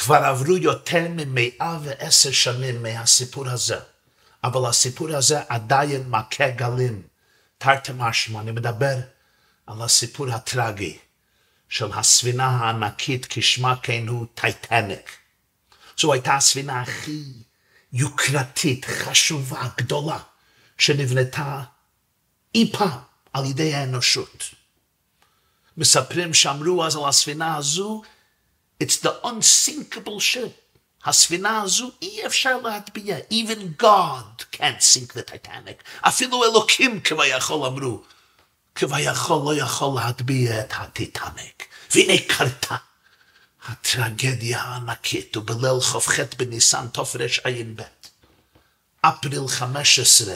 כבר עברו יותר מ110 שנים מהסיפור הזה, אבל הסיפור הזה עדיין מכה גלים. תרתי משמע, אני מדבר על הסיפור הטרגי של הספינה הענקית, כשמה כן הוא טייטניק. זו הייתה הספינה הכי יוקרתית, חשובה, גדולה, שנבנתה אי פעם על ידי האנושות. מספרים שאמרו אז על הספינה הזו, it's the unsinkable ship. הספינה הזו אי אפשר להטביע. Even God can't sink the Titanic. אפילו אלוקים כביכול אמרו, כביכול לא יכול להטביע את הטיטניק. והנה קרתה הטרגדיה הענקית, ובליל כ"ח בניסן תרע"ב, אפריל 15,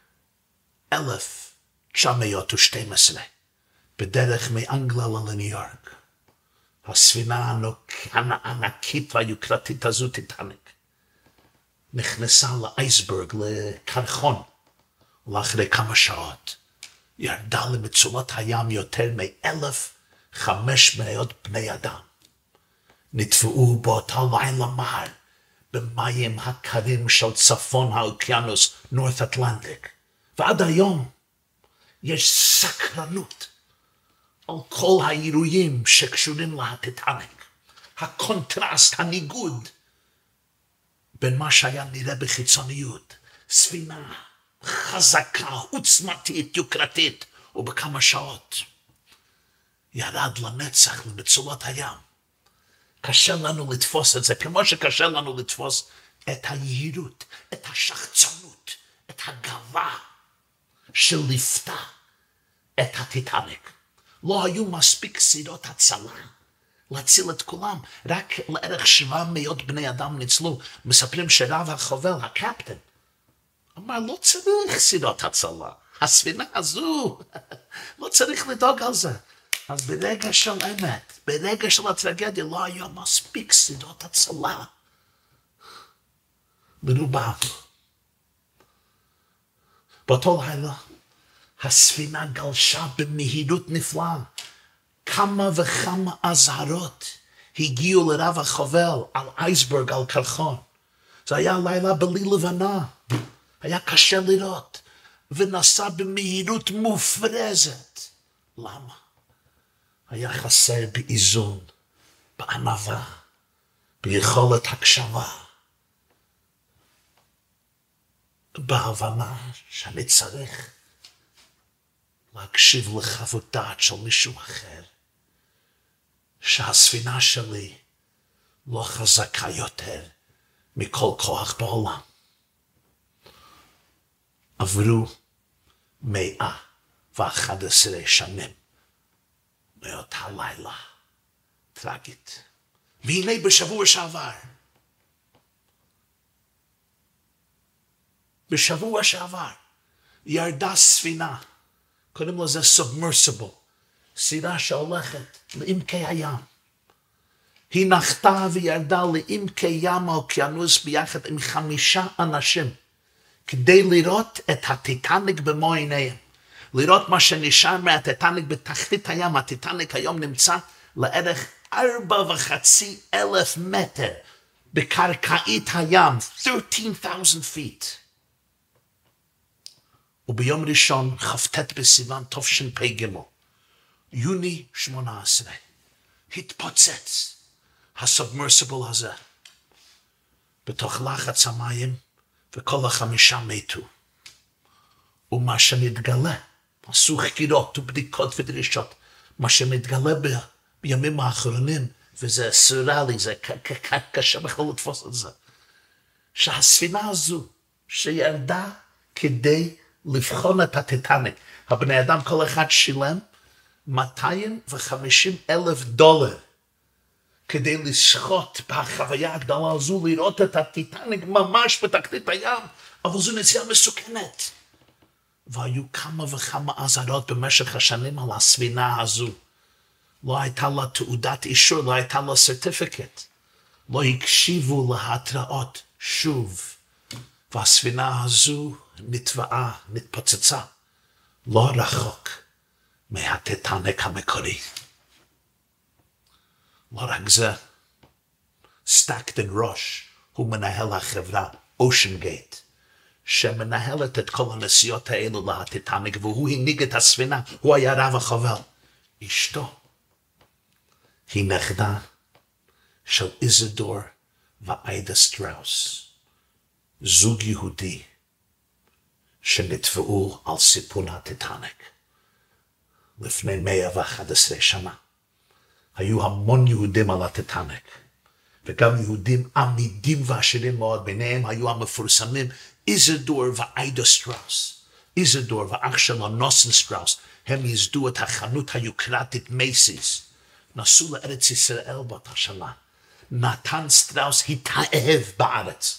1912, בדרך מאנגליה לניו יורק. הספינה הענקית והיוקרתית הזו, טיטניק, נכנסה לאייסברג, לקרחון, ולאחרי כמה שעות ירדה למצולות הים יותר מ1,500 בני אדם. נטבעו באותה לילה מהר במים הקרים של צפון האוקיינוס, נורת' אטלנטיק. ועד היום יש סקרנות על כל האירועים שקשורים לטיטניק. הקונטרסט, הניגוד בין מה שהיה נראה בחיצוניות, ספינה חזקה, עוצמתית, יוקרתית, ובכמה שעות ירד לנצח למצולות הים. קשה לנו לתפוס את זה, כמו שקשה לנו לתפוס את היהירות, את השחצנות, את הגאווה שליוותה את הטיטניק. לא היו מספיק סירות הצלה להציל את כולם, רק לערך 700 בני אדם ניצלו. מספרים שרב החובל, הקפטן, אמר, לא צריך סירות הצלה, הספינה הזו, לא צריך לדאוג על זה. אז ברגע של אמת, ברגע של הטרגדיה, לא היה מספיק סירות הצלה לרובם. באותו לילה, הספינה גלשה במהירות נפלאה. כמה וכמה אזהרות הגיעו לרב החובל על אייסברג, על קרחון. זה היה לילה בלי לבנה, היה קשה לראות, ונסע במהירות מופרזת. למה? היה חסר באיזון, בענווה, ביכולת הקשבה, בהבנה שאני צריך להקשיב לחוות דעת של מישהו אחר, שהספינה שלי לא חזקה יותר מכל כוח בעולם. עברו 111 שנים מאותה לילה טרגית. והנה בשבוע שעבר ירדה ספינה, קוראים לזה submersible, סירה שהולכת לעמקי הים. היא נחתה וירדה לעמקי ים האוקיינוס ביחד עם 5 אנשים, כדי לראות את הטיטניק במו עיניהם. לראות מה שנשאר מהטיטניק בתחתית הים. הטיטניק היום נמצא לערך 4,500 מטר בקרקעית הים, 13,000 feet. וביום ראשון, כ"ט בסיוון תשפ"ג, יוני 18, התפוצץ הסובמרסיבל הזה בתוך לחץ המים, וכל 5 מתו. ומה שנתגלה, עשו חקירות ובדיקות ודרישות, מה שמתגלה בימים האחרונים, וזה סוריאלי, זה קשה בכלל לתפוס את זה, שהספינה הזו שירדה כדי לבחון את הטיטניק, הבני אדם כל אחד שילם $250,000 כדי לשחוט בחוויה הגדולה הזו, לראות את הטיטניק ממש בתחתית הים, אבל זו נסיעה מסוכנת. והיו כמה וכמה אזהרות במשך השנים על הספינה הזו. לא הייתה לה תעודת אישור, לא הייתה לה סרטיפיקט. לא הקשיבו להתראות שוב. והספינה הזו נטבעה, נתפוצצה, לא רחוק מהטיטניק המקורי. לא רק זה, סטקטון רוש, הוא מנהל החברה אושן גייט, שמנהלת את כל הנסיעות האלו לטיטניק, והוא הנהיג את הספינה, הוא היה רב החובל. אשתו היא נכדה של איזדור ועאידה סטראוס, זוג יהודי שנטבעו על סיפון הטיטניק לפני 111 שנה. היו המון יהודים על הטיטניק, וגם יהודים עמידים ועשירים מאוד, ביניהם היו המפורסמים איזדור ועאידה סטראוס. איזדור ואח שלו נוסן סטראוס, הם ייסדו את החנות היוקרתית מייסיס, נסעו לארץ ישראל באותה שנה. נתן סטראוס התאהב בארץ,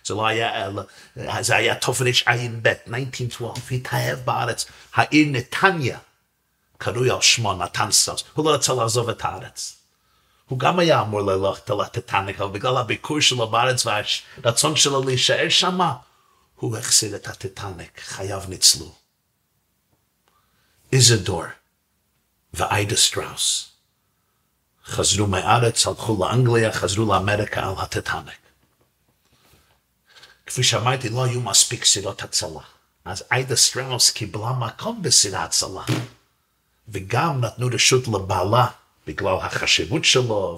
זה היה תרע"ב, 1912, התאהב בארץ. העיר נתניה קרוי על שמו נתן סטראוס, הוא לא רצה לעזוב את הארץ. הוא גם היה אמור ללכת לטיטניק, אבל בגלל הביקור שלו בארץ והרצון שלו להישאר שמה, הוא החסיר את הטיטניק, חייו ניצלו. איזדור ועאידה סטראוס חזרו מהארץ, הלכו לאנגליה, חזרו לאמריקה על הטיטניק. כפי שאמרתי, לא היו מספיק סירות הצלה, אז עאידה סטראוס קיבלה מקום בסירת הצלה, וגם נתנו רשות לבעלה, בגלל החשיבות שלו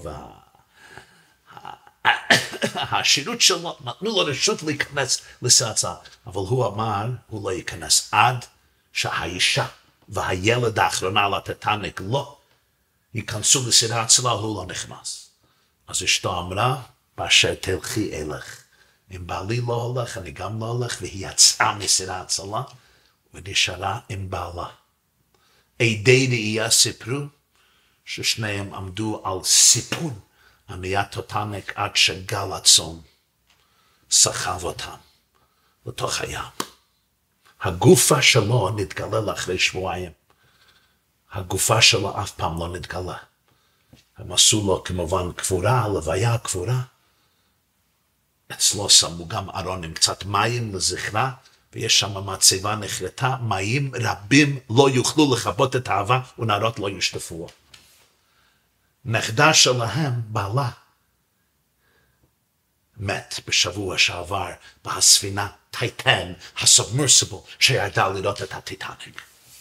והשירות שלו, נתנו לו רשות להיכנס לסירת הצלה, אבל הוא אמר, הוא לא ייכנס עד שהאישה והילד האחרונה לטיטניק לא ייכנסו לסירת הצלה, הוא לא נכנס. אז אשתו אמרה, באשר תלכי אלך. אם בעלי לא הולך, אני גם לא הולך, והיא יצאה מסירת הצלה, ונשארה עם בעלה. עדי ראייה סיפרו, ששניהם עמדו על סיפון עמיית הטיטניק עד שגל עצום סחב אותם לתוך הים. הגופה שלו נתגלה אחרי שבועיים. הגופה שלו אף פעם לא נתגלה. הם עשו לו כמובן קבורה, לוויה קבורה. אצלו שמו גם ארון עם קצת מים לזכרה, ויש שם מצבה נחרטה, מים רבים לא יוכלו לכבות את האהבה, ונערות לא ישטפו. נכדה שלהם, בעלה, מת בשבוע שעבר בספינה טייטן, הסובמרסיבל, שירדה לראות את הטיטניק.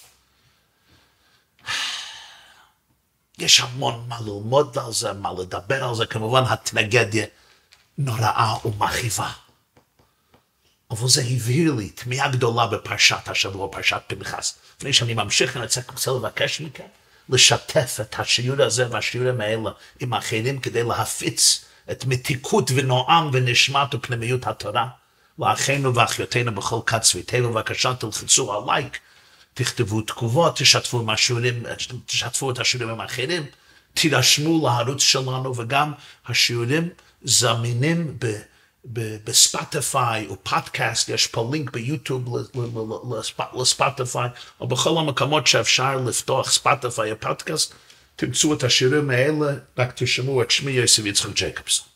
יש המון מה ללמוד על זה, מה לדבר על זה, כמובן הטרגדיה נוראה ומכאיבה. אבל זה הבהיר לי תמיהה גדולה בפרשת השבוע, פרשת פנחס. לפני שאני ממשיך, אני רוצה לבקש מכם לשתף את השיעור הזה והשיעורים האלה עם אחרים, כדי להפיץ את מתיקות ונועם ונשמת ופנימיות התורה לאחינו ואחיותינו בכל קץ ותבל. בבקשה תלחצו על לייק, תכתבו תגובות, תשתפו את השיעורים עם אחרים, תירשמו לערוץ שלנו, וגם השיעורים זמינים בספוטיפיי ופודקאסט, יש פה לינק ביוטיוב לספוטיפיי, או בכל המקומות שאפשר לפתוח ספוטיפיי או פודקאסט, תמצאו את השירים האלה, רק תשמעו את שמי יוסף יצחק ג'ייקובסון.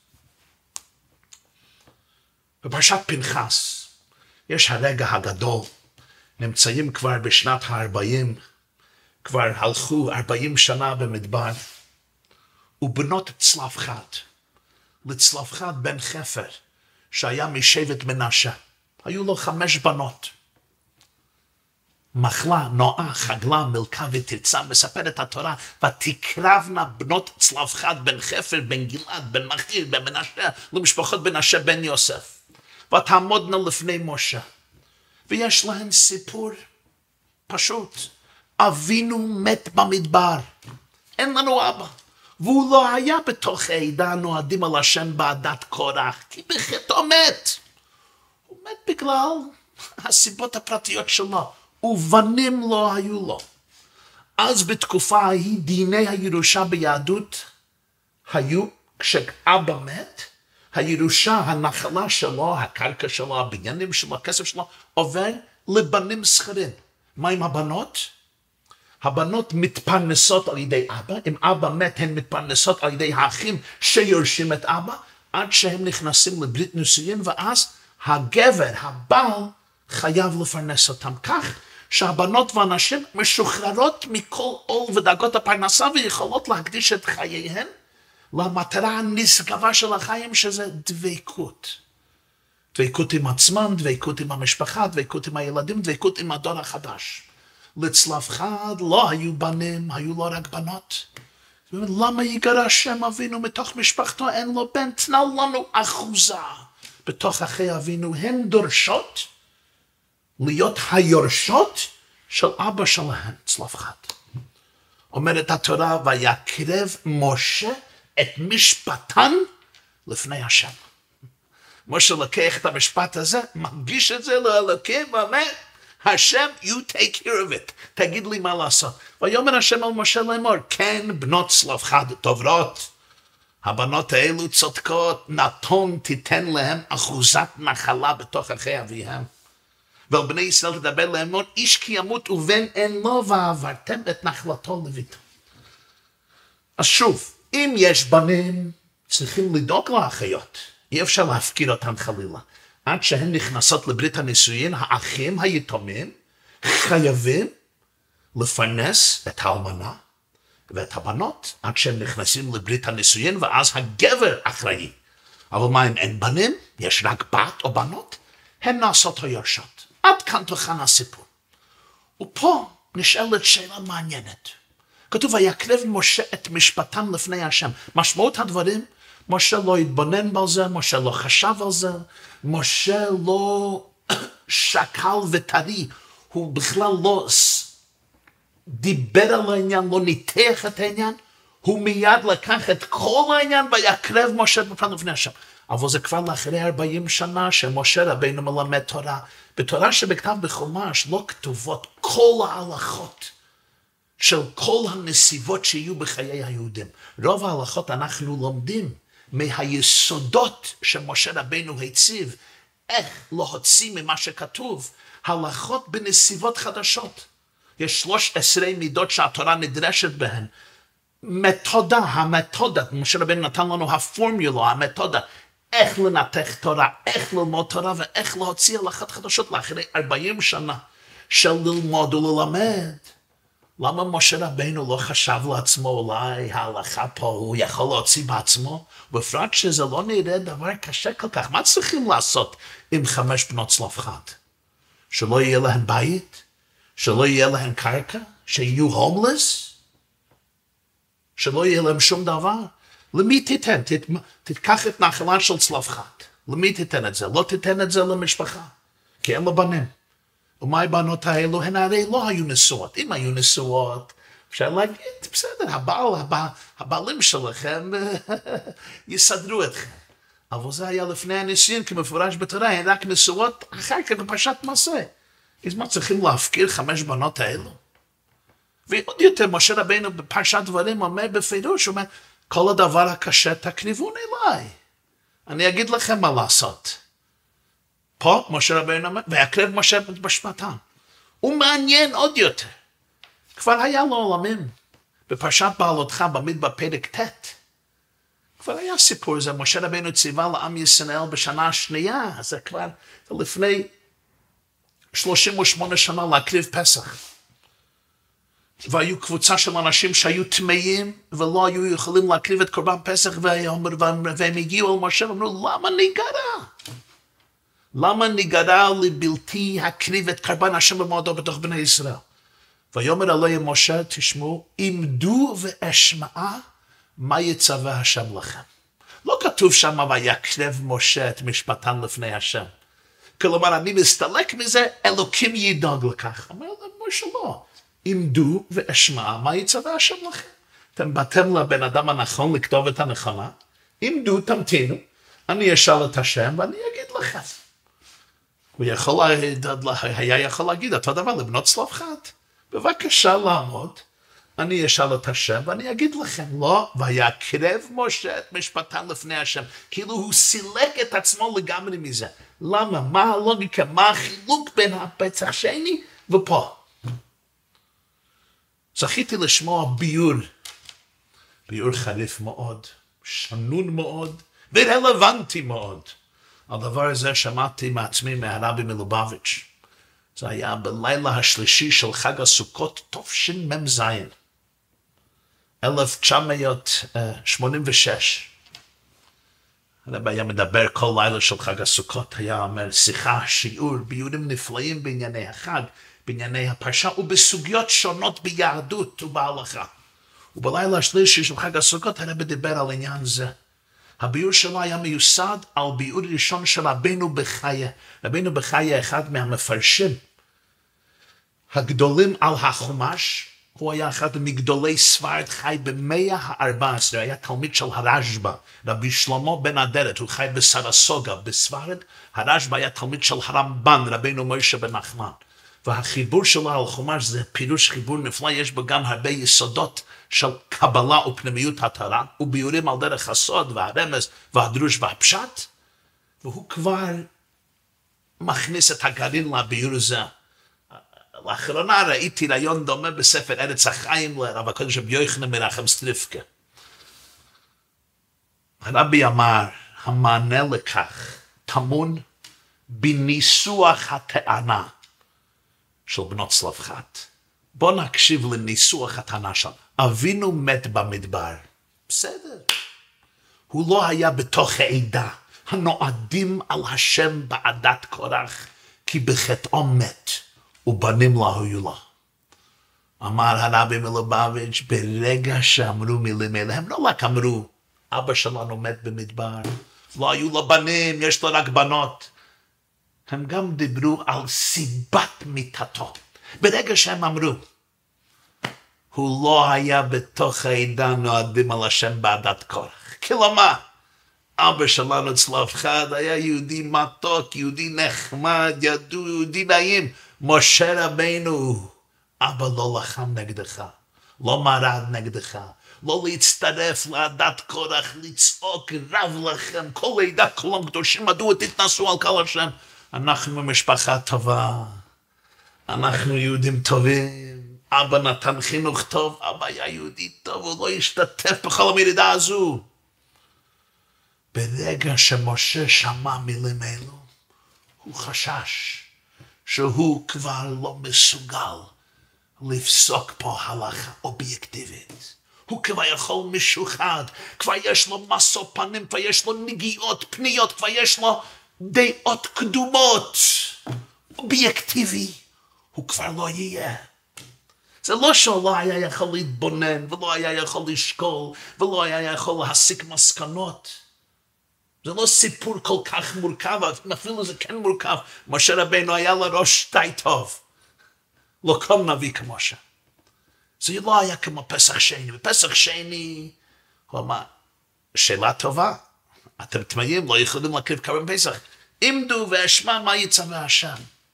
בפרשת פנחס, יש הרגע הגדול, נמצאים כבר בשנת ה-40, כבר הלכו 40 שנה במדבר, ובנות צלפחד, לצלפחד בן חפר, שהיה משבט מנשה, היו לו 5 בנות. מחלה, נועה, חגלה, מלכה ותרצה, מספרת התורה, ותקרבנה בנות צלפחד בן חפר, בן גלעד, בן מחיר, בן מנשה, למשפחות מנשה בן יוסף, ותעמודנה לפני משה. ויש להן סיפור פשוט, אבינו מת במדבר, אין לנו אבא. והוא לא היה בתוך העדה הנועדים על השם בעדת קורח, כי בחטאו מת. הוא מת בגלל הסיבות הפרטיות שלו, ובנים לא היו לו. אז בתקופה ההיא דיני הירושה ביהדות היו, כשאבא מת, הירושה, הנחלה שלו, הקרקע שלו, הבניינים שלו, הכסף שלו, עובר לבנים זכרים. מה עם הבנות? הבנות מתפרנסות על ידי אבא, אם אבא מת הן מתפרנסות על ידי האחים שיורשים את אבא, עד שהם נכנסים לברית נישואין, ואז הגבר, הבעל, חייב לפרנס אותם. כך שהבנות והנשים משוחררות מכל עול ודאגות הפרנסה, ויכולות להקדיש את חייהן למטרה הנשגבה של החיים, שזה דבקות. דבקות עם עצמם, דבקות עם המשפחה, דבקות עם הילדים, דבקות עם הדור החדש. לצלב חד לא היו בנים, היו לא רק בנות. למה יגרש שם אבינו מתוך משפחתו, אין לו בן, תנה לנו אחוזה בתוך אחי אבינו. הן דורשות להיות היורשות של אבא שלהן, צלב חד. אומרת התורה, ויקרב משה את משפטן לפני השם. משה לקח את המשפט הזה, מגיש את זה לאלוקים, ואומר, השם, you take care of it. תגיד לי מה לעשות. ויאמר השם על משה לאמור, כן, בנות צלב חד טובות. הבנות האלו צודקות, נתון תיתן להם אחוזת נחלה בתוך אחי אביהם. ועל בני ישראל תדבר לאמור, איש כי ימות ובן אין לו, ועברתם את נחלתו לביתו. אז שוב, אם יש בנים, צריכים לדאוג לאחיות. אי אפשר להפקיר אותן חלילה. עד שהן נכנסות לברית הנישואין, האחים היתומים חייבים לפרנס את האלמנה ואת הבנות, עד שהם נכנסים לברית הנישואין, ואז הגבר אחראי. אבל מה אם אין בנים, יש רק בת או בנות, הן נעשות היורשות. עד כאן תוכן הסיפור. ופה נשאלת שאלה מעניינת. כתוב, ויקרב משה את משפטם לפני השם. משמעות הדברים, משה לא התבונן על זה, משה לא חשב על זה, משה לא שקל וטרי, הוא בכלל לא דיבר על העניין, לא ניתח את העניין, הוא מיד לקח את כל העניין ויקרב משה את משפטם לפני השם. אבל זה כבר לאחרי 40 שנה שמשה רבינו מלמד תורה. בתורה שבכתב בחומש לא כתובות כל ההלכות של כל הנסיבות שיהיו בחיי היהודים. רוב ההלכות אנחנו לומדים מהיסודות שמשה רבינו הציב, איך להוציא ממה שכתוב, הלכות בנסיבות חדשות. יש 13 מידות שהתורה נדרשת בהן. המתודה, משה רבינו נתן לנו הפורמולה, המתודה, איך לנתח תורה, איך ללמוד תורה, ואיך להוציא הלכות חדשות לאחרי 40 שנה של ללמוד וללמד. למה משה רבינו לא חשב לעצמו, אולי ההלכה פה הוא יכול להוציא בעצמו? בפרט שזה לא נראה דבר קשה כל כך. מה צריכים לעשות עם 5 בנות צלב חד? שלא יהיה להם בית? שלא יהיה להם קרקע? שיהיו הומלס? שלא יהיה להם שום דבר? למי תיתן? תיקח את נחלה של צלב חד. למי תיתן את זה? לא תיתן את זה למשפחה. כי אין לו בנים. ומה הבנות האלו? הן הרי לא היו נשואות. אם היו נשואות, אפשר להגיד, בסדר, הבעלים שלכם יסדרו אתכם. אבל זה היה לפני הנישואין, כמפורש בתורה, הן רק נשואות אחר כך בפרשת מעשה. אז מה צריכים להפקיר 5 בנות האלו? ועוד יותר, משה רבינו בפרשת דברים אומר בפירוש, הוא אומר, כל הדבר הקשה תקריבון אליי. אני אגיד לכם מה לעשות. פה משה רבינו אומר, ויקרב משה את משפטם. הוא מעניין עוד יותר. כבר היה לו עולמים. בפרשת בעלותך במדבר פרק ט'. כבר היה סיפור זה, משה רבינו ציווה לעם ישראל בשנה השנייה, זה כבר לפני 38 שנה להקריב פסח. והיו קבוצה של אנשים שהיו טמאים ולא היו יכולים להקריב את קורבן פסח, והם הגיעו אל משה ואמרו, למה ניגרע? למה ניגרע לבלתי הקריב את קורבן השם במועדו בתוך בני ישראל? ויאמר עליהם משה, תשמעו, עמדו ואשמעה מה יצווה השם לכם. לא כתוב שם ויקרב משה את משפטן לפני השם. כלומר, אני מסתלק מזה, אלוקים ידאג לכך. אומר להם, משה לא. עמדו ואשמעה מה יצווה השם לכם. אתם באתם לבן אדם הנכון לכתוב את הנכונה, עמדו, תמתינו, אני אשאל את השם ואני אגיד לכם. הוא היה יכול להגיד אותו דבר לבנות צלב חד. בבקשה לעמוד, אני אשאל את השם ואני אגיד לכם. לא, ויקרב משה את משפטן לפני השם. כאילו הוא סילק את עצמו לגמרי מזה. למה? מה הלוגיקה? מה החילוק בין הפצח שני ופה? זכיתי לשמוע ביור חריף מאוד, שנון מאוד ורלוונטי מאוד. הדבר הזה שמעתי מעצמי מהרבי מלובביץ'. זה היה בלילה השלישי של חג הסוכות תשמ"ז. 1986. הרב היה מדבר כל לילה של חג הסוכות, היה אומר שיחה, שיעור, ביורים נפלאים בענייני החג, בענייני הפרשה ובסוגיות שונות ביהדות ובהלכה. ובלילה השלישי של חג הסוכות הרב דיבר על עניין זה. הביאור שלו היה מיוסד על ביאור ראשון של רבינו בחייה. רבינו בחייה, אחד מהמפרשים הגדולים על החומש, הוא היה אחד מגדולי ספרד, חי במאה ה-14, היה תלמיד של הרשב"א, רבי שלמה בן אדרת, הוא חי בסרסוגה בספרד, הרשב"א היה תלמיד של הרמב"ן, רבינו מוישה בן נחמן. והחיבור שלו על חומש זה פירוש חיבור נפלא, יש בו גם הרבה יסודות של קבלה ופנימיות התורה, וביאורים על דרך הסוד והרמז והדרוש והפשט, והוא כבר מכניס את הגרעין לביאור הזה. לאחרונה ראיתי רעיון דומה בספר ארץ החיים לרב הקדוש רבי יוחנן מנחם סטריפקה. הרבי אמר, המענה לכך טמון בניסוח הטענה של בנות צלפחד. בוא נקשיב לניסוח הטענה שלו. אבינו מת במדבר. בסדר. הוא לא היה בתוך העדה הנועדים על השם בעדת קורח, כי בחטאו מת. ובנים לא היו לו. אמר הרבי מלובביץ', ברגע שאמרו מילים אלה, הם לא רק אמרו, אבא שלנו מת במדבר, לא היו לו בנים, יש לו רק בנות. הם גם דיברו על סיבת מיתתו. ברגע שהם אמרו, הוא לא היה בתוך העדה נועדים על השם בעדת קורח. כלומר, אבא שלנו צלפחד היה יהודי מתוק, יהודי נחמד, יהודי נעים. משה רבינו, אבא לא לחם נגדך, לא מרד נגדך, לא להצטרף לעדת קורח, לצעוק רב לכם, כל עדה כולם קדושים, מדוע תתנסו על כל השם? אנחנו משפחה טובה, אנחנו יהודים טובים, אבא נתן חינוך טוב, אבא היה יהודי טוב, הוא לא השתתף בכל המרידה הזו. ברגע שמשה שמע מילים אלו, הוא חשש שהוא כבר לא מסוגל לפסוק פה הלכה אובייקטיבית. הוא כבר יכול משוחד, כבר יש לו משוא פנים, כבר יש לו נגיעות פניות, כבר יש לו דעות קדומות. אובייקטיבי, הוא כבר לא יהיה. זה לא שהוא לא היה יכול להתבונן, ולא היה יכול לשקול, ולא היה יכול להסיק מסקנות. זה לא סיפור כל כך מורכב, אפילו זה כן מורכב. משה רבינו היה לראש די טוב. לא כל נביא כמשה. זה לא היה כמו פסח שני. בפסח שני, הוא אמר, שאלה טובה, אתם תמיים, לא יכולים להקריב קרבן פסח. עמדו ואשמע מה יצווה השם.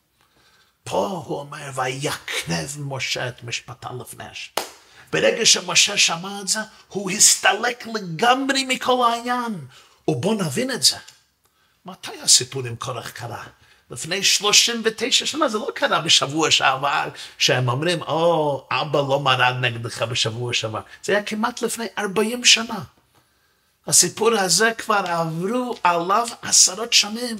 פה הוא אומר, ויקרב משה את משפטן לפני השם. ברגע שמשה שמע את זה, הוא הסתלק לגמרי מכל העניין. ובוא נבין את זה. מתי הסיפור עם קורח קרה? לפני 39 שנה, זה לא קרה בשבוע שעבר, שהם אומרים, אבא לא מרד נגדך בשבוע שעבר. זה היה כמעט לפני 40 שנה. הסיפור הזה כבר עברו עליו 10 שנים.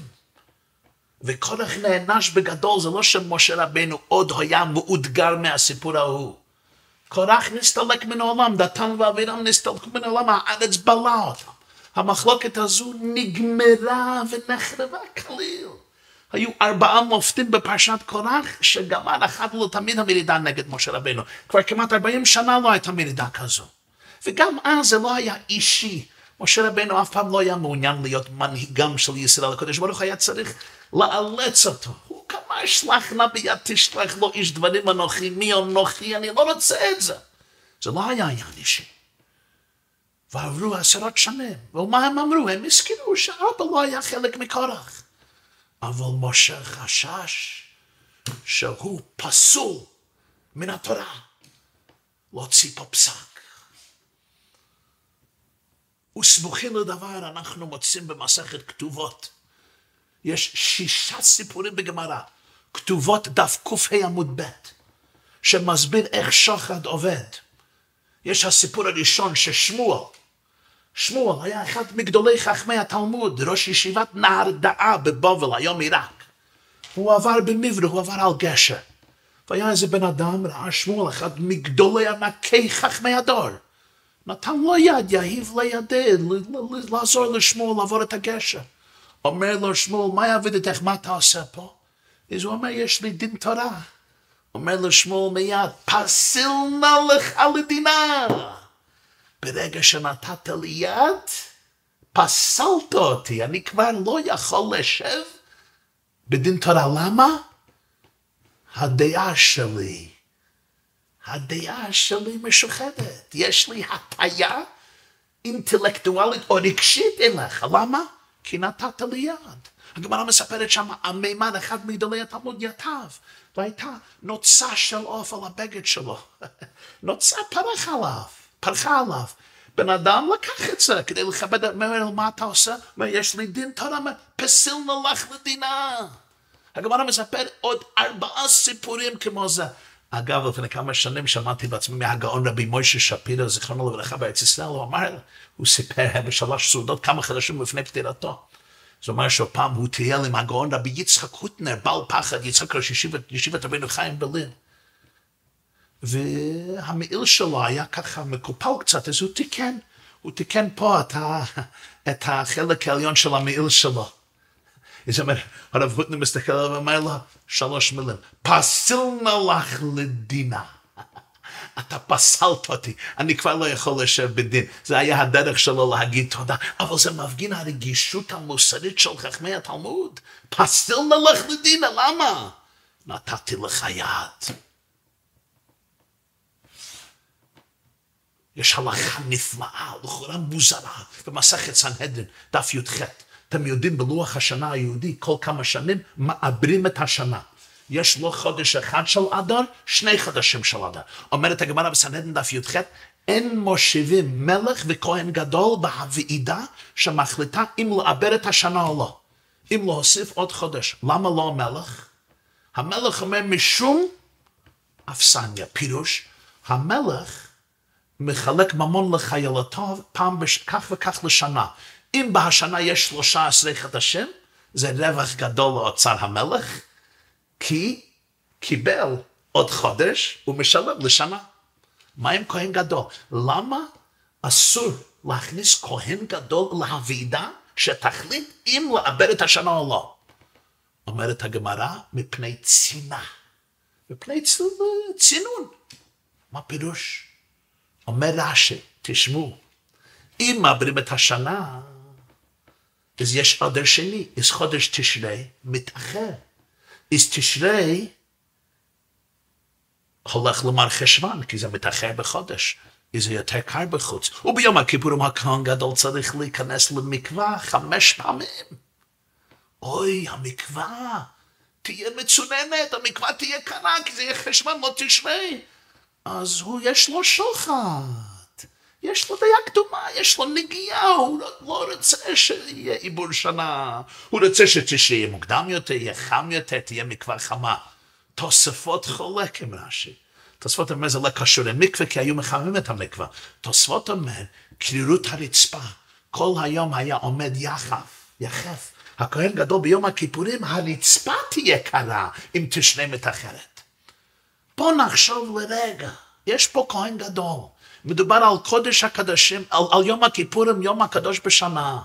וקורח נענש בגדול, זה לא שמשה רבינו עוד היה מאותגר מהסיפור ההוא. קורח נסתלק מן העולם, דתן ואבירם נסתלקו מן העולם, הארץ בלעה אותם. המחלוקת הזו נגמרה ונחרבה כליל. היו 4 מופתים בפרשת קורח, שגמר אחת ולתמיד המרידה נגד משה רבינו. כבר כמעט 40 שנה לא הייתה מרידה כזו. וגם אז זה לא היה אישי. משה רבינו אף פעם לא היה מעוניין להיות מנהיגם של ישראל. הקדוש ברוך היה צריך לאלץ אותו. הוא כמה שלח נא ביד תשלח לו איש דברים אנוכי, מי אנוכי, אני לא רוצה את זה. זה לא היה עניין אישי. ועברו 10 שנים, ומה הם אמרו? הם הזכירו שאבא לא היה חלק מקורח. אבל משה חשש שהוא פסול מן התורה. להוציא פה פסק. וסמוכים לדבר אנחנו מוצאים במסכת כתובות. יש 6 סיפורים בגמרא. כתובות דף ק"ה עמוד ב', שמסביר איך שוחד עובד. יש הסיפור הראשון ששמואל היה אחד מגדולי חכמי התלמוד, ראש ישיבת נהרדעה בבבל, היום עיראק. הוא עבר במברה, הוא עבר על גשר. והיה איזה בן אדם, ראה שמואל, אחד מגדולי ענקי חכמי הדור. נתן לו יד, יהיב לידי, לעזור לשמואל לעבור את הגשר. אומר לו שמואל, מה עבודתך, מה אתה עושה פה? אז הוא אומר, יש לי דין תורה. אומר לו שמואל מיד, פסיל נא לך לדינה. ברגע שנתת לי יד, פסלת אותי, אני כבר לא יכול לשב בדין תורה. למה? הדעה שלי משוחדת. יש לי הטיה אינטלקטואלית או רגשית אליך. למה? כי נתת לי יד. הגמרא מספרת שם, המימד אחד מגדולי התלמוד יתב, והייתה נוצה של עוף על הבגד שלו. נוצה פרחה עליו. בן אדם לקח את זה כדי לכבד את מרל. מה אתה עושה? יש לי דין תורה, פסיל נא לך לדינה. הגמרא מספר עוד 4 סיפורים כמו זה. אגב, לפני כמה שנים שמעתי בעצמי מהגאון רבי מוישה שפירא, זיכרונו לברכה, בארץ ישראל, הוא סיפר ב3 סעודות כמה חודשים לפני פטירתו. זאת אומרת שפעם הוא טייל עם הגאון רבי יצחק הוטנר, בעל פחד, יצחק ראש ישיבת רבינו חיים ברלין. והמעיל שלו היה ככה מקופל קצת, אז הוא תיקן פה את החלק העליון של המעיל שלו. אז אומר, הרב הוטנר מסתכל עליו ואומר לו 3 מילים, פסיל נא לך לדינה. אתה פסלת אותי, אני כבר לא יכול לשב בדין. זה היה הדרך שלו להגיד תודה, אבל זה מפגין הרגישות המוסרית של חכמי התלמוד. פסיל נא לך לדינה, למה? נתתי לך יד. יש הלכה נפלאה, לכאורה מוזרה, במסכת סנהדרין, דף י"ח. אתם יודעים, בלוח השנה היהודי, כל כמה שנים מעברים את השנה. יש לו חודש אחד של אדר, 2 חודשים של אדר. אומרת הגמרא בסנהדרין דף י"ח, אין מושיבים מלך וכהן גדול בהוועידה שמחליטה אם לעבר את השנה או לא. אם להוסיף עוד חודש. למה לא המלך? המלך אומר משום אפסניה. פירוש, המלך מחלק ממון לחיילתו פעם כך וכך לשנה. אם בהשנה יש 13 חודשים, זה רווח גדול לאוצר המלך, כי קיבל עוד חודש ומשלם לשנה. מה עם כהן גדול? למה אסור להכניס כהן גדול להוועידה שתחליט אם לעבר את השנה או לא? אומרת הגמרא, מפני צינה. מפני צינון. מה פירוש? אומר רש"י, תשמעו, אם מעברים את השנה, אז יש אדר שני, אז חודש תשרי מתאחר. אז תשרי הולך למר חשוון, כי זה מתאחר בחודש, אז זה יותר קר בחוץ. וביום הכיפורים הכהן גדול צריך להיכנס למקווה 5 פעמים. אוי, המקווה תהיה מצוננת, המקווה תהיה קרה, כי זה יהיה חשוון, לא תשרי. אז יש לו שוחד. יש לו דעה קדומה, יש לו נגיעה, הוא לא רוצה שיהיה עיבור שנה, הוא רוצה שתשרי יהיה מוקדם יותר, יהיה חם יותר, תהיה מקווה חמה. תוספות חולק עם רש"י. תוספות אומר זה לא קשור למקווה, כי היו מחממים את המקווה. תוספות אומר, קרירות הרצפה, כל היום היה עומד יחף. הכהן גדול ביום הכיפורים, הרצפה תהיה קרה אם תשרי מתאחרת. בוא נחשוב לרגע, יש פה כהן גדול. מדובר על קודש הקדושים, על יום הכיפורים, יום הקדוש בשנה.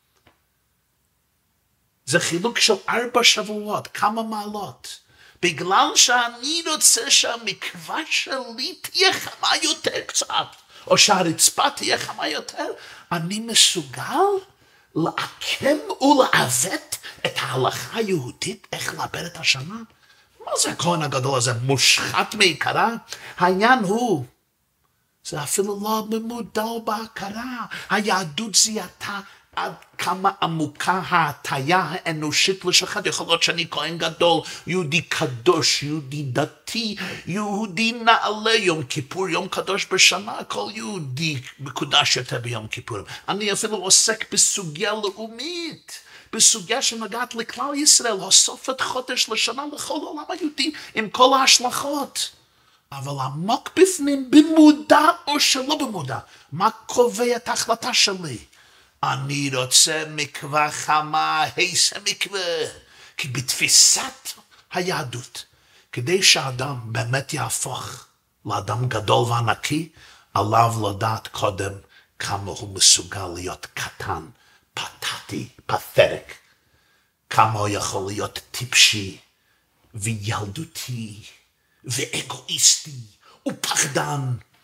זה חילוק של 4 שבועות, כמה מעלות. בגלל שאני רוצה שהמקווה שלי תהיה חמה יותר קצת, או שהרצפה תהיה חמה יותר, אני מסוגל לעקם ולעוות את ההלכה היהודית, איך לעבר את השנה? מה זה הכהן הגדול הזה? מושחת מעיקרה? העניין הוא, זה אפילו לא במודע או בהכרה. היהדות זיהתה עד כמה עמוקה ההטיה האנושית לשחד. יכול להיות שאני כהן גדול, יהודי קדוש, יהודי דתי, יהודי נעלה, יום כיפור, יום קדוש בשנה, כל יהודי מקודש יותר ביום כיפור. אני אפילו עוסק בסוגיה לאומית, בסוגיה שנוגעת לכלל ישראל, הוספת חודש לשנה לכל העולם היהודי, עם כל ההשלכות. אבל עמוק בפנים, במודע או שלא במודע, מה קובע את ההחלטה שלי? אני רוצה מקווה חמה, היסה מקווה. כי בתפיסת היהדות, כדי שהאדם באמת יהפוך לאדם גדול וענקי, עליו לדעת קודם כמה הוא מסוגל להיות קטן, פתטי, כמה הוא יכול להיות טיפשי וילדותי ואגואיסטי ופחדן.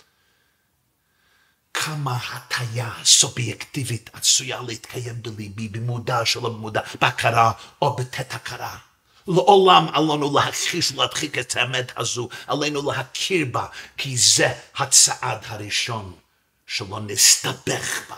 כמה הטיה סובייקטיבית עשויה להתקיים בליבי, במודע שלא במודע, בהכרה או בתת הכרה. לעולם עלינו להכחיש ולהדחיק את האמת הזו, עלינו להכיר בה, כי זה הצעד הראשון שלא נסתבך בה.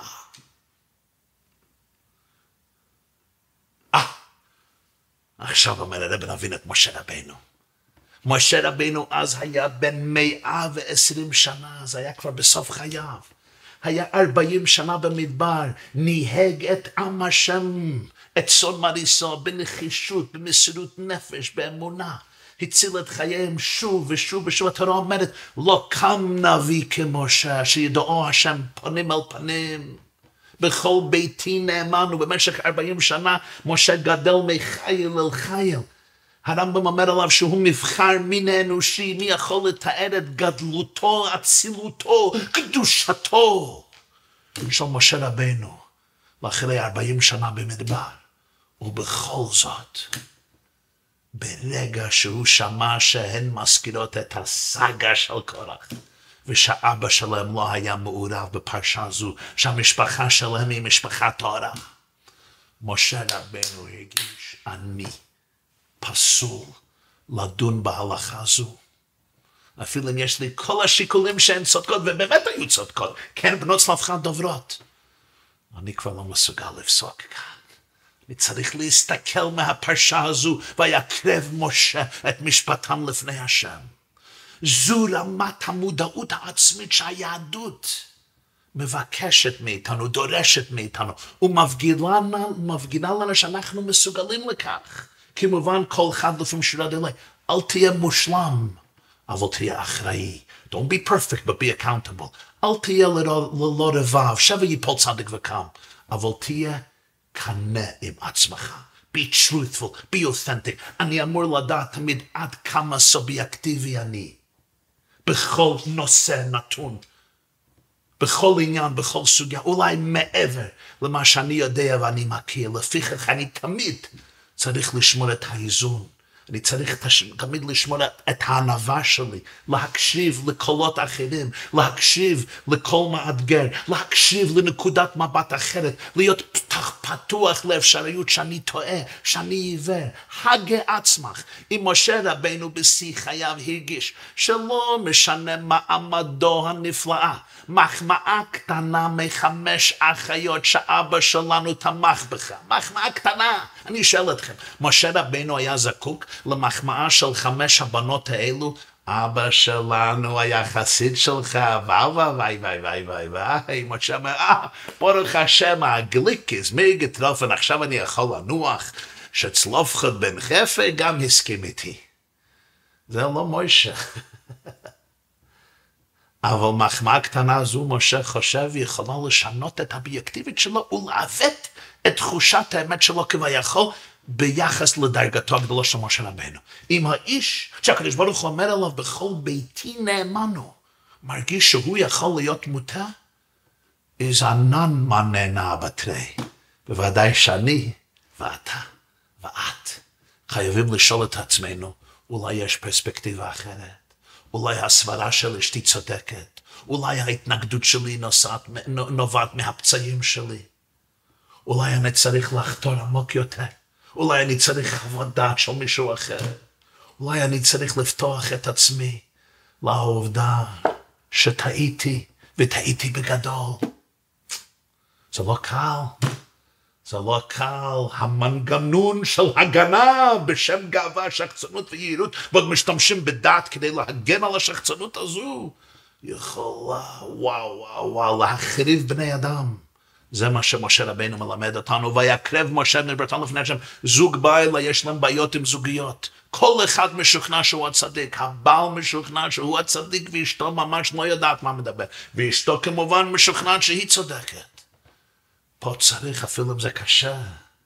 עכשיו אומר הרב נבין את משה רבינו. משה רבינו אז היה בן 120 שנה, זה היה כבר בסוף חייו. היה 40 שנה במדבר, ניהג את עם השם, את צאן מרעיתו, בנחישות, במסירות נפש, באמונה. הציל את חייהם שוב ושוב ושוב. התורה אומרת, לא קם נביא כמשה, שידעו השם פנים על פנים. בכל ביתי נאמן, ובמשך 40 שנה משה גדל מחיל אל חיל. הרמב"ם אומר עליו שהוא מבחר מין האנושי, מי יכול לתאר את גדלותו, אצילותו, קדושתו של משה רבינו לאחרי 40 שנה במדבר. ובכל זאת, ברגע שהוא שמע שהן מזכירות את הסאגה של קורח, ושאבא שלהם לא היה מעורב בפרשה זו, שהמשפחה שלהם היא משפחה טהורה, משה רבינו הרגיש, אני פסול לדון בהלכה זו. אפילו אם יש לי כל השיקולים שהן צודקות, ובאמת היו צודקות, כן, בנות צלפחד דוברות, אני כבר לא מסוגל לפסוק כאן. אני צריך להסתכל מהפרשה הזו, ויקרב משה את משפטם לפני השם. זו רמת המודעות העצמית שהיהדות מבקשת מאיתנו, דורשת מאיתנו, ומפגינה לנו שאנחנו מסוגלים לכך. כמובן כל אחד לפעמים שירה דלי, אל תהיה מושלם, אבל תהיה אחראי. Don't be perfect, but be accountable. אל תהיה ללא רבב, שווה ייפול צדיק וקם, אבל תהיה כנה עם עצמך. Be truthful, be authentic. אני אמור לדעת תמיד עד כמה סובייקטיבי אני. בכל נושא נתון, בכל עניין, בכל סוגיה, אולי מעבר למה שאני יודע ואני מכיר. לפיכך אני תמיד צריך לשמור את האיזון. אני צריך תמיד לשמור את הענווה שלי, להקשיב לקולות אחרים, להקשיב לכל מאתגר, להקשיב לנקודת מבט אחרת, להיות פתוח לאפשריות שאני טועה, שאני עיוור. הגה עצמך. אם משה רבינו בשיא חייו הרגיש שלא משנה מעמדו הנפלאה, מחמאה קטנה מ5 אחיות שאבא שלנו תמך בך, מחמאה קטנה. אני שואל אתכם, משה רבינו היה זקוק למחמאה של 5 הבנות האלו? אבא שלנו היה חסיד שלך, וואי, משה אומר, ברוך השם, הגליקיס, מי גטרופן, עכשיו אני יכול לנוח, שצלופחד בן חפר גם הסכים איתי. זה לא משה. אבל מחמאה קטנה זו, משה חושב, יכולה לשנות את האובייקטיבית שלו ולעוות את תחושת האמת שלו כביכול ביחס לדרגתו הגדולה של משה רבינו. אם האיש שהקדוש ברוך הוא אומר עליו בכל ביתי נאמנו, מרגיש שהוא יכול להיות מוטה, אז ענן מננה בתרי. בוודאי שאני ואתה ואת חייבים לשאול את עצמנו, אולי יש פרספקטיבה אחרת. אולי הסברה של אשתי צודקת, אולי ההתנגדות שלי נובעת מהפצעים שלי, אולי אני צריך לחתור עמוק יותר, אולי אני צריך חוות דעת של מישהו אחר, אולי אני צריך לפתוח את עצמי לעובדה שטעיתי וטעיתי בגדול. זה לא קל. זה לא קל, המנגנון של הגנה בשם גאווה, שחצנות ויהירות, ועוד משתמשים בדעת כדי להגן על השחצנות הזו, יכולה, וואו, להחריב בני אדם. זה מה שמשה רבינו מלמד אותנו, ויקרב משה נברתן לפני השם, זוג בעל, יש להם בעיות עם זוגיות. כל אחד משוכנע שהוא הצדיק, הבעל משוכנע שהוא הצדיק, ואשתו ממש לא יודעת מה מדבר, ואשתו כמובן משוכנעת שהיא צודקת. פה צריך, אפילו אם זה קשה,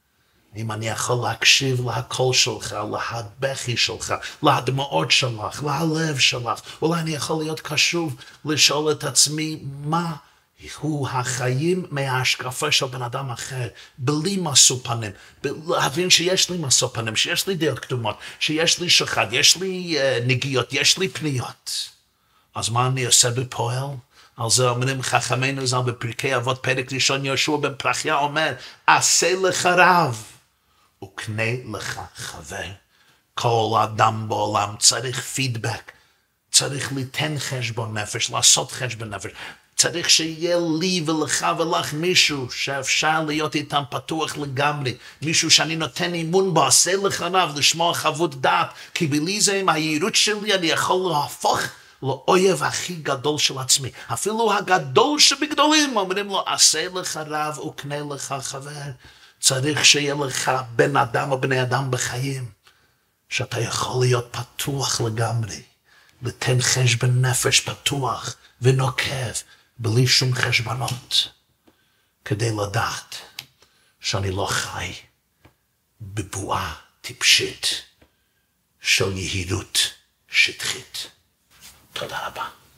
אם אני יכול להקשיב לקול שלך, לבכי שלך, לדמעות שלך, ללב שלך, אולי אני יכול להיות קשוב לשאול את עצמי מה הוא החיים מההשקפה של בן אדם אחר, בלי משוא פנים, להבין שיש לי משוא פנים, שיש לי דעות קדומות, שיש לי שחד, יש לי נגיעות, יש לי פניות. אז מה אני עושה בפועל? על זה אומרים חכמינו ז"ל בפרקי אבות פרק ראשון, יהושע בן פרחיה אומר, עשה לך רב וקנה לך חבר. כל אדם בעולם צריך פידבק, צריך ליתן חשבון נפש, לעשות חשבון נפש. צריך שיהיה לי ולך ולך מישהו שאפשר להיות איתם פתוח לגמרי, מישהו שאני נותן אימון בו, עשה לך רב, לשמוע חוות דעת, כי בלי זה עם היהירות שלי אני יכול להפוך לאויב הכי גדול של עצמי. אפילו הגדול שבגדולים אומרים לו, עשה לך רב וקנה לך חבר. צריך שיהיה לך בן אדם או בני אדם בחיים, שאתה יכול להיות פתוח לגמרי, לתן חשבון נפש פתוח ונוקב, בלי שום חשבונות, כדי לדעת שאני לא חי בבועה טיפשית של יהירות שטחית. תודה רבה.